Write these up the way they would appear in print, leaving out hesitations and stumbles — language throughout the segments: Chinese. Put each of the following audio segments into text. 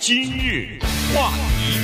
今日话题，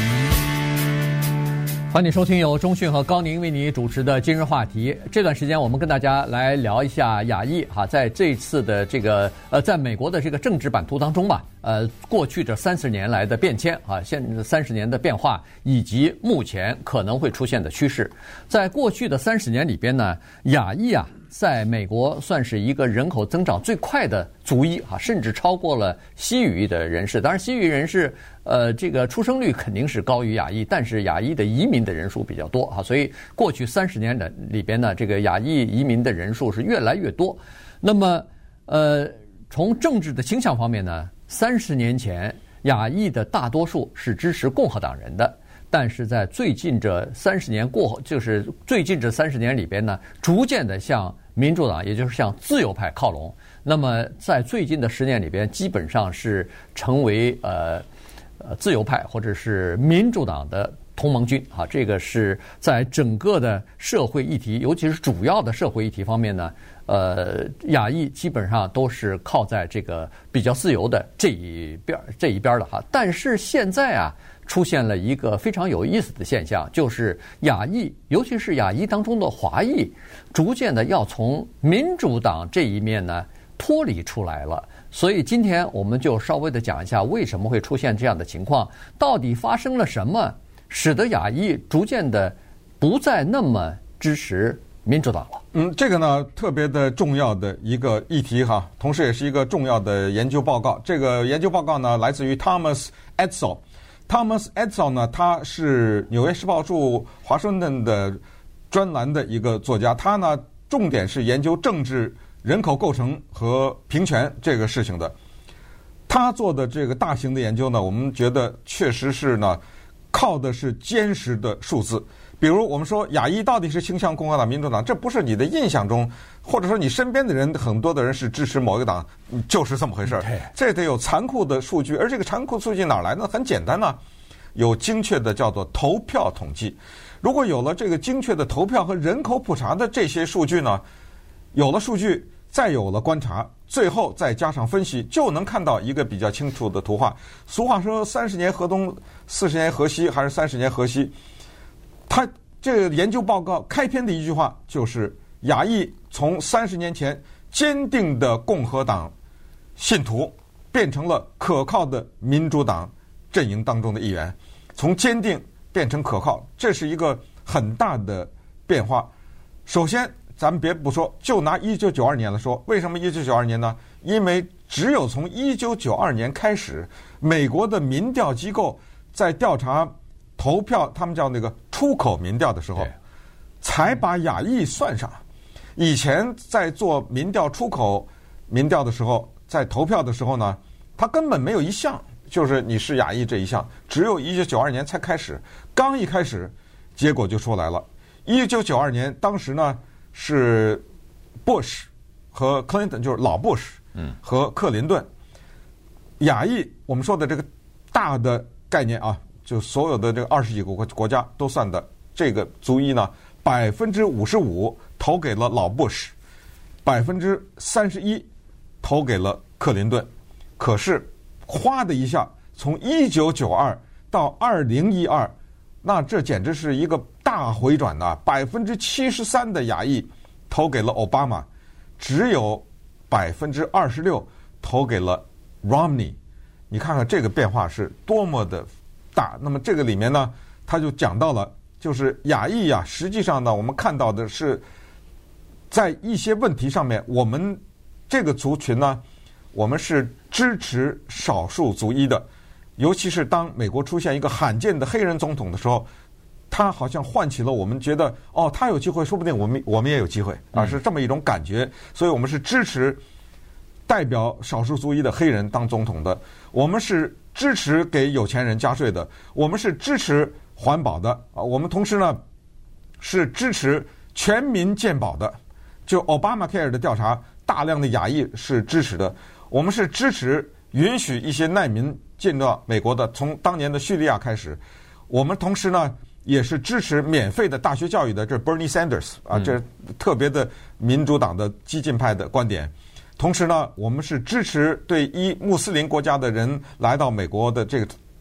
欢迎收听由钟迅和高宁为你主持的今日话题。这段时间我们跟大家来聊一下亚裔在这一次的这个在美国的这个政治版图当中吧，过去这30年来的变迁现在30年的变化，以及目前可能会出现的趋势。在过去的30年里边呢，亚裔在美国算是一个人口增长最快的族裔甚至超过了西语的人士。当然，西语人士这个出生率肯定是高于亚裔，但是亚裔的移民的人数比较多所以过去30年的里边呢，这个亚裔移民的人数是越来越多。那么从政治的倾向方面呢，30年前亚裔的大多数是支持共和党人的。但是在最近这30年过后，就是最近这30年里边呢，逐渐的向民主党，也就是向自由派靠拢。那么在最近的10年里边，基本上是成为自由派或者是民主党的同盟军这个是在整个的社会议题，尤其是主要的社会议题方面呢，亚裔基本上都是靠在这个比较自由的这一边的但是现在出现了一个非常有意思的现象，就是亚裔，尤其是亚裔当中的华裔，逐渐的要从民主党这一面呢脱离出来了。所以今天我们就稍微的讲一下为什么会出现这样的情况，到底发生了什么，使得亚裔逐渐的不再那么支持民主党了。 这个呢特别的重要的一个议题同时也是一个重要的研究报告。这个研究报告呢来自于 Thomas Edsall。Thomas Edsall 呢，他是《纽约时报》驻华盛顿的专栏的一个作家，他呢重点是研究政治、人口构成和平权这个事情的。他做的这个大型的研究呢，我们觉得确实是呢靠的是坚实的数字。比如我们说亚裔到底是倾向共和党、民主党，这不是你的印象中，或者说你身边的人很多的人是支持某一个党，就是这么回事儿。这得有残酷的数据，而这个残酷数据哪来呢？很简单有精确的叫做投票统计。如果有了这个精确的投票和人口普查的这些数据呢，有了数据，再有了观察，最后再加上分析，就能看到一个比较清楚的图画。俗话说30年河东40年河西，还是30年河西。他这个研究报告开篇的一句话就是亚裔从30年前坚定的共和党信徒变成了可靠的民主党阵营当中的一员，从坚定变成可靠，这是一个很大的变化。首先咱们别不说，就拿1992年来说，为什么1992年呢？因为只有从1992年开始，美国的民调机构在调查投票，他们叫那个出口民调的时候，才把亚裔算上。以前在做民调出口民调的时候，在投票的时候呢，他根本没有一项就是你是亚裔这一项，只有1992年才开始。刚一开始，结果就出来了。1992年当时呢是 Bush 和 Clinton， 就是老 Bush 和克林顿。亚裔我们说的这个大的概念就所有的这个20几个国家都算的这个族裔呢，55%投给了老布什，31%投给了克林顿。可是哗的一下，从1992到2012，那这简直是一个大回转呐！73%的亚裔投给了奥巴马，只有26%投给了 Romney。你看看这个变化是多么的大。那么这个里面呢，他就讲到了，就是亚裔实际上呢，我们看到的是在一些问题上面，我们这个族群呢，我们是支持少数族裔的。尤其是当美国出现一个罕见的黑人总统的时候，他好像唤起了我们觉得，他有机会，说不定我们也有机会是这么一种感觉。所以我们是支持代表少数族裔的黑人当总统的，我们是支持给有钱人加税的，我们是支持环保的我们同时呢是支持全民健保的。就 Obamacare 的调查，大量的亚裔是支持的。我们是支持允许一些难民进到美国的，从当年的叙利亚开始。我们同时呢也是支持免费的大学教育的，这是 Bernie Sanders 这是特别的民主党的激进派的观点。同时呢，我们是支持对穆斯林国家的人来到美国的这个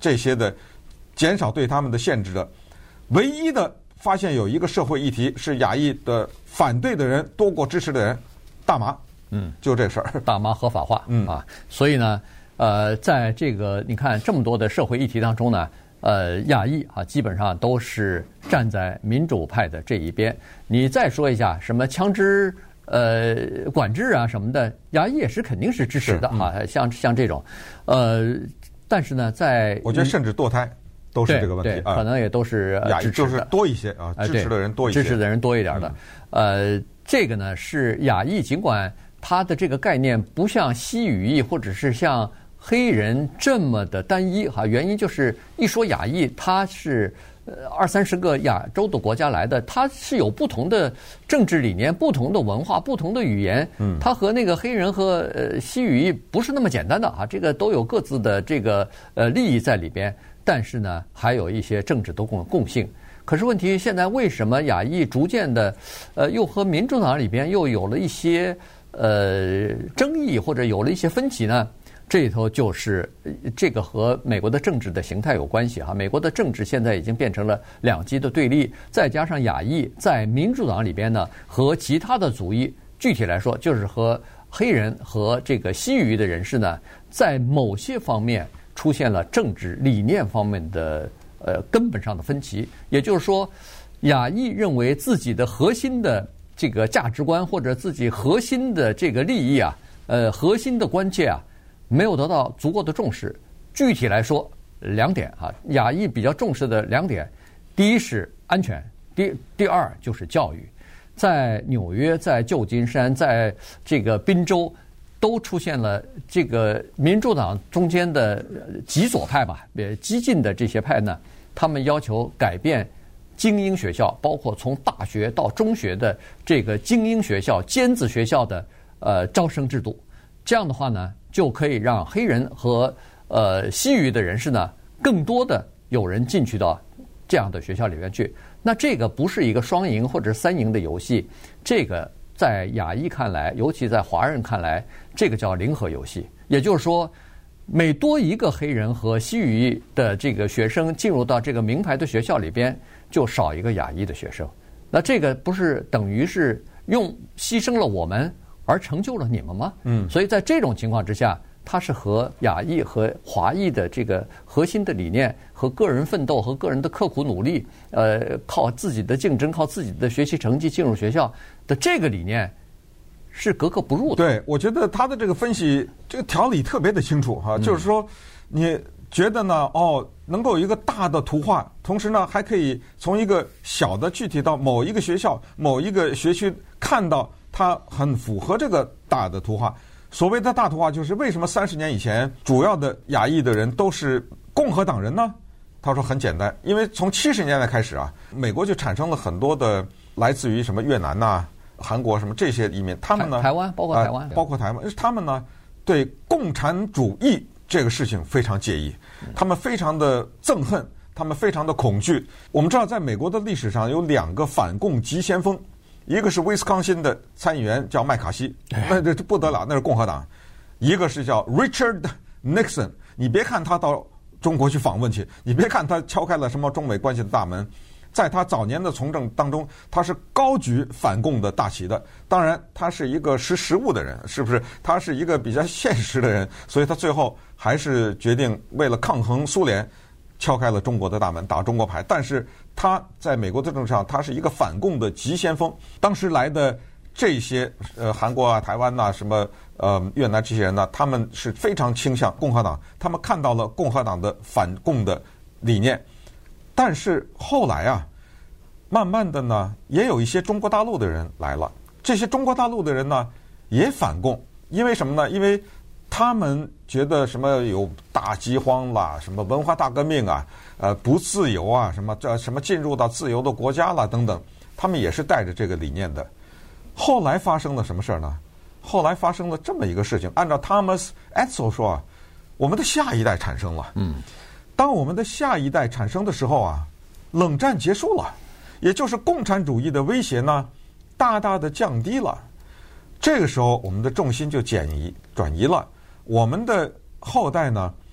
这些的减少对他们的限制的。唯一的发现有一个社会议题是亚裔的反对的人多过支持的人，大麻，就这事儿， 大麻合法化，所以呢，在这个你看这么多的社会议题当中呢，亚裔啊基本上都是站在民主派的这一边。你再说一下什么枪支管制啊什么的，亚裔也是肯定是支持的啊，像这种，但是呢， 我觉得甚至堕胎都是这个问题可能也都是亚裔就是多一些啊，支持的人多一些， 支持的人多一点的。这个呢是亚裔，尽管它的这个概念不像西语裔或者是像黑人这么的单一哈，原因就是一说亚裔，它是20-30个亚洲的国家来的，它是有不同的政治理念、不同的文化、不同的语言，它和那个黑人和西语裔不是那么简单的啊，这个都有各自的这个利益在里边，但是呢，还有一些政治的共性。可是问题现在为什么亚裔逐渐的又和民主党里边又有了一些争议或者有了一些分歧呢？这里头就是这个和美国的政治的形态有关系哈。美国的政治现在已经变成了两极的对立，再加上亚裔在民主党里边呢和其他的族裔，具体来说就是和黑人和这个西语的人士呢，在某些方面出现了政治理念方面的根本上的分歧。也就是说，亚裔认为自己的核心的这个价值观或者自己核心的这个利益啊，核心的关切啊，没有得到足够的重视。具体来说2点啊，亚裔比较重视的2点，第一是安全，第二就是教育。在纽约、在旧金山、在这个宾州，都出现了这个民主党中间的极左派吧，激进的这些派呢，他们要求改变精英学校，包括从大学到中学的这个精英学校、尖子学校的招生制度。这样的话呢，就可以让黑人和西语的人士呢，更多的有人进去到这样的学校里面去。那这个不是一个双赢或者3赢的游戏，这个在亚裔看来，尤其在华人看来，这个叫零和游戏。也就是说，每多一个黑人和西语的这个学生进入到这个名牌的学校里边，就少一个亚裔的学生。那这个不是等于是牺牲了我们而成就了你们吗？所以在这种情况之下，它是和亚裔和华裔的这个核心的理念和个人奋斗和个人的刻苦努力，靠自己的竞争、靠自己的学习成绩进入学校的这个理念是格格不入的。 对，我觉得他的这个分析，这个条理特别的清楚哈，就是说，你觉得呢？能够有一个大的图画，同时呢，还可以从一个小的具体到某一个学校、某一个学区看到它很符合这个大的图画。所谓的大图画，就是为什么30年以前主要的亚裔的人都是共和党人呢？他说很简单，因为从70年代开始啊，美国就产生了很多的来自于什么越南呐、韩国什么这些移民，他们呢， 台湾包括台湾， 他们呢对共产主义这个事情非常介意，他们非常的憎恨，他们非常的恐惧。我们知道，在美国的历史上有2个反共急先锋。一个是威斯康辛的参议员叫麦卡锡，那这不得了，那是共和党；一个是叫 Richard Nixon。你别看他到中国去访问去，你别看他敲开了什么中美关系的大门，在他早年的从政当中，他是高举反共的大旗的。当然，他是一个识物的人，是不是？他是一个比较现实的人，所以他最后还是决定为了抗衡苏联，敲开了中国的大门，打中国牌。但是他在美国的政治上，他是一个反共的急先锋。当时来的这些韩国啊、台湾呐、什么越南这些人呢，他们是非常倾向共和党，他们看到了共和党的反共的理念。但是后来啊，慢慢的呢，也有一些中国大陆的人来了。这些中国大陆的人呢，也反共，因为什么呢？因为他们觉得什么有大饥荒啦，什么文化大革命啊，不自由啊，什么进入到自由的国家啦等等，他们也是带着这个理念的。后来发生了什么事儿呢？后来发生了这么一个事情，按照 Thomas Edsall 说啊，我们的下一代产生了。当我们的下一代产生的时候啊，冷战结束了，也就是共产主义的威胁呢，大大的降低了。这个时候，我们的重心就转移了。我们的后代呢，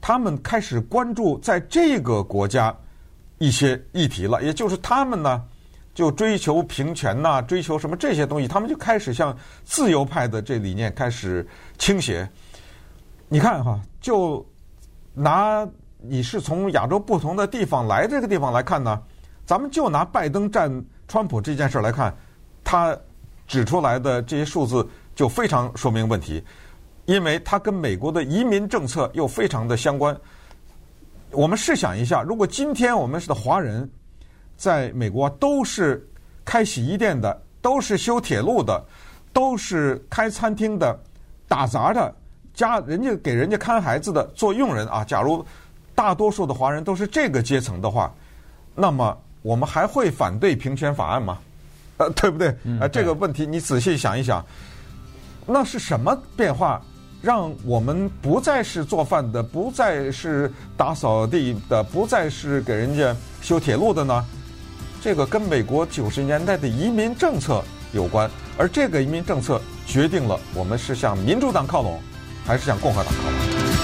他们开始关注在这个国家一些议题了，也就是他们呢就追求平权呐，追求什么这些东西，他们就开始向自由派的这理念开始倾斜。你看哈，就拿你是从亚洲不同的地方来这个地方来看呢，咱们就拿拜登战川普这件事来看，他指出来的这些数字就非常说明问题，因为它跟美国的移民政策又非常的相关。我们试想一下，如果今天我们的华人在美国都是开洗衣店的，都是修铁路的，都是开餐厅的，打杂的，给人家看孩子的，做佣人啊，假如大多数的华人都是这个阶层的话，那么我们还会反对平权法案吗？对不对？这个问题你仔细想一想，那是什么变化让我们不再是做饭的，不再是打扫地的，不再是给人家修铁路的呢？这个跟美国90年代的移民政策有关，而这个移民政策决定了我们是向民主党靠拢，还是向共和党靠拢。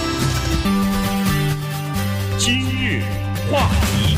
今日话题，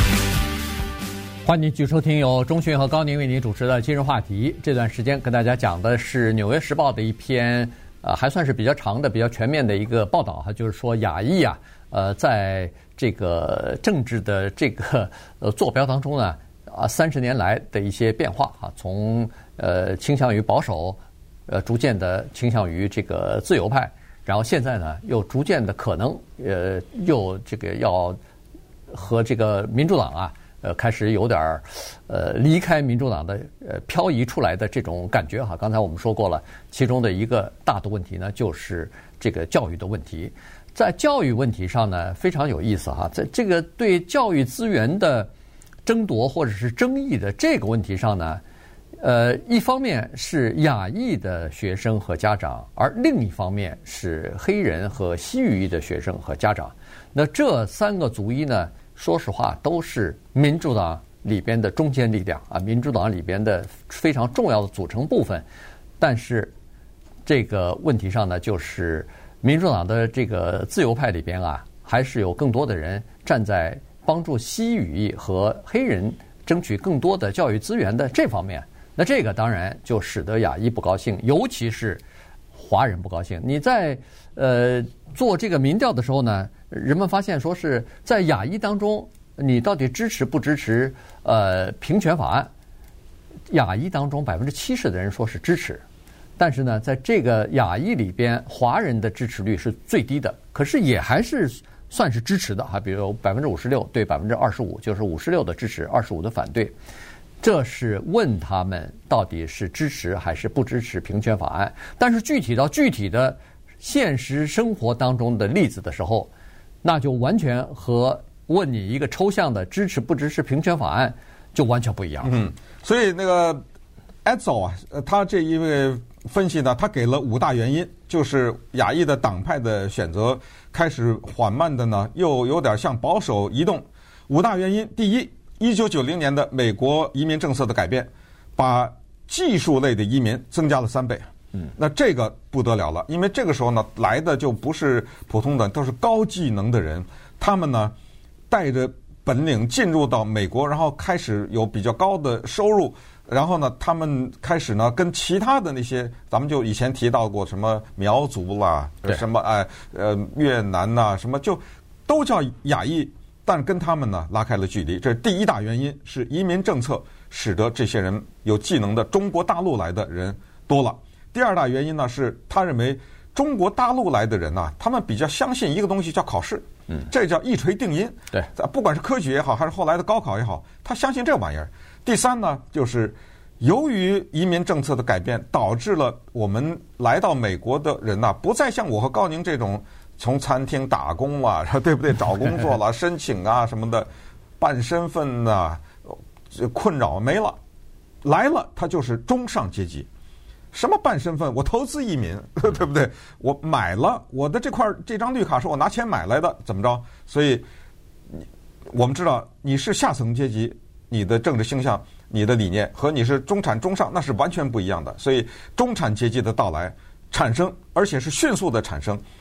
欢迎继续收听由钟迅和高宁为您主持的今日话题。这段时间跟大家讲的是《纽约时报》的一篇还算是比较长的、比较全面的一个报道哈，就是说亚裔啊，在这个政治的这个坐标当中呢，30年来的一些变化啊，从倾向于保守，逐渐的倾向于这个自由派，然后现在呢又逐渐的可能又这个要和这个民主党啊。开始有点离开民主党的漂移出来的这种感觉哈。刚才我们说过了，其中的一个大的问题呢，就是这个教育的问题。在教育问题上呢，非常有意思哈。在这个对教育资源的争夺或者是争议的这个问题上呢，一方面是亚裔的学生和家长，而另一方面是黑人和西语裔的学生和家长。那这三个族裔呢，说实话都是民主党里边的中坚力量啊，民主党里边的非常重要的组成部分。但是这个问题上呢，就是民主党的这个自由派里边啊，还是有更多的人站在帮助西语裔和黑人争取更多的教育资源的这方面。那这个当然就使得亚裔不高兴，尤其是华人不高兴。你在做这个民调的时候呢，人们发现说是在亚裔当中，你到底支持不支持平权法案？亚裔当中70%的人说是支持，但是呢，在这个亚裔里边，华人的支持率是最低的，可是也还是算是支持的哈。比如56%对25%，就是56%的支持，25%的反对。这是问他们到底是支持还是不支持平权法案。但是具体到具体的现实生活当中的例子的时候，那就完全和问你一个抽象的支持不支持平权法案就完全不一样。 所以那个 Edsel 啊，他这一位分析呢，他给了5大原因，就是亚裔的党派的选择开始缓慢的呢，又有点向保守移动。5大原因，第一，1990年的美国移民政策的改变，把技术类的移民增加了3倍。那这个不得了了，因为这个时候呢，来的就不是普通的，都是高技能的人，他们呢带着本领进入到美国，然后开始有比较高的收入，然后呢，他们开始呢跟其他的那些，咱们就以前提到过什么苗族啦，什么越南呐，什么就都叫亚裔，但跟他们呢拉开了距离。这是第一大原因，是移民政策使得这些人有技能的中国大陆来的人多了。第二大原因呢，是他认为中国大陆来的人呢，他们比较相信一个东西叫考试，这叫一锤定音。 对， 不管是科举也好，还是后来的高考也好，他相信这玩意儿。第三呢，就是由于移民政策的改变，导致了我们来到美国的人呐，不再像我和高宁这种从餐厅打工啊，对不对？找工作了、申请啊什么的，办身份呐，困扰没了，来了他就是中上阶级。什么办身份？我投资移民，对不对？我买了我的这张绿卡，是我拿钱买来的，怎么着？所以我们知道，你是下层阶级，你的政治倾向、你的理念和你是中产、中上，那是完全不一样的。所以中产阶级的到来产生，而且是迅速的产生，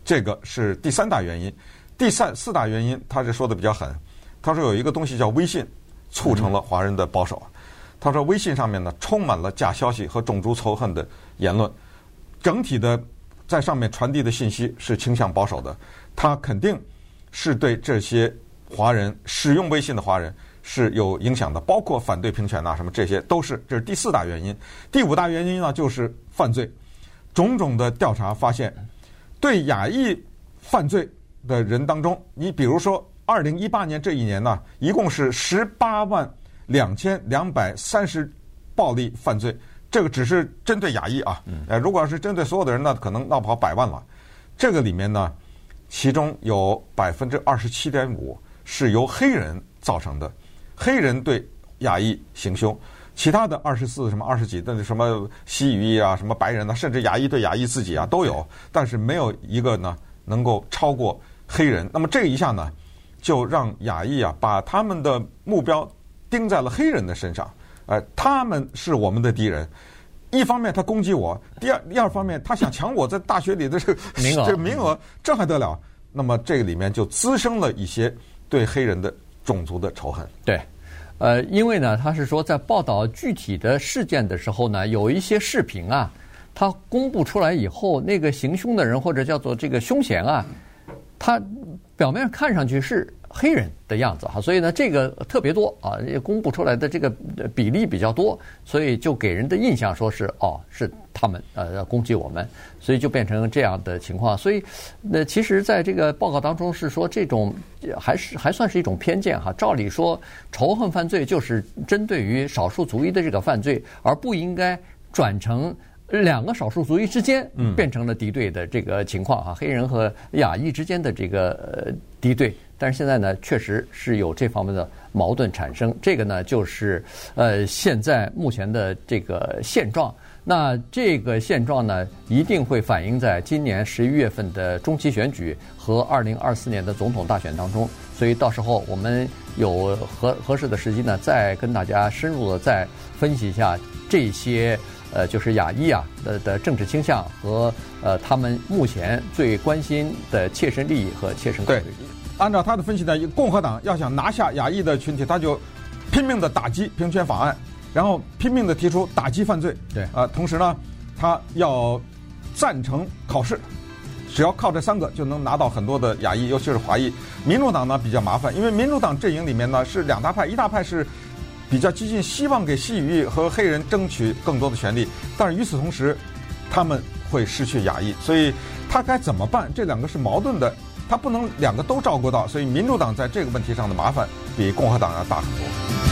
这个是第3大原因。第4大原因，他是说的比较狠。他说有一个东西叫微信，促成了华人的保守。他说微信上面呢充满了假消息和种族仇恨的言论，整体的在上面传递的信息是倾向保守的。他肯定是对这些华人使用微信的华人是有影响的，包括反对平权什么这些都是。这是第4大原因。第5大原因呢就是犯罪。种种的调查发现，对亚裔犯罪的人当中，你比如说2018年这一年呢，一共是182230暴力犯罪，这个只是针对亚裔啊。如果要是针对所有的人呢，可能闹不好100万了。这个里面呢，其中有27.5%是由黑人造成的，黑人对亚裔行凶。其他的24什么20几的什么西语裔啊，什么白人啊，甚至亚裔对亚裔自己啊都有，但是没有一个呢能够超过黑人。那么这一下呢，就让亚裔啊把他们的目标盯在了黑人的身上。他们是我们的敌人。一方面他攻击我，第二方面他想抢我在大学里的这个名额，这还得了？那么这个里面就滋生了一些对黑人的种族的仇恨。 对。因为呢，他是说在报道具体的事件的时候呢，有一些视频啊，他公布出来以后，那个行凶的人或者叫做这个凶嫌啊，他表面上看上去是黑人的样子哈，所以呢，这个特别多啊，公布出来的这个比例比较多，所以就给人的印象说是是他们攻击我们，所以就变成这样的情况。所以其实在这个报告当中是说，这种还算是一种偏见哈。照理说，仇恨犯罪就是针对于少数族裔的这个犯罪，而不应该转成2个少数族裔之间变成了敌对的这个情况啊，黑人和亚裔之间的这个敌对。但是现在呢，确实是有这方面的矛盾产生。这个呢，就是现在目前的这个现状。那这个现状呢，一定会反映在今年11月份的中期选举和2024年的总统大选当中。所以到时候我们有合适的时机呢，再跟大家深入的再分析一下这些就是亚裔啊的政治倾向和他们目前最关心的切身利益和切身考虑。 对，按照他的分析呢，共和党要想拿下亚裔的群体，他就拼命的打击平权法案，然后拼命的提出打击犯罪。 对， 同时呢，他要赞成考试，只要靠这3个就能拿到很多的亚裔，尤其是华裔。民主党呢比较麻烦，因为民主党阵营里面呢是2大派，一大派是比较激进，希望给西语裔和黑人争取更多的权利，但是与此同时，他们会失去亚裔，所以他该怎么办？这2个是矛盾的，他不能2个都照顾到，所以民主党在这个问题上的麻烦比共和党要大很多。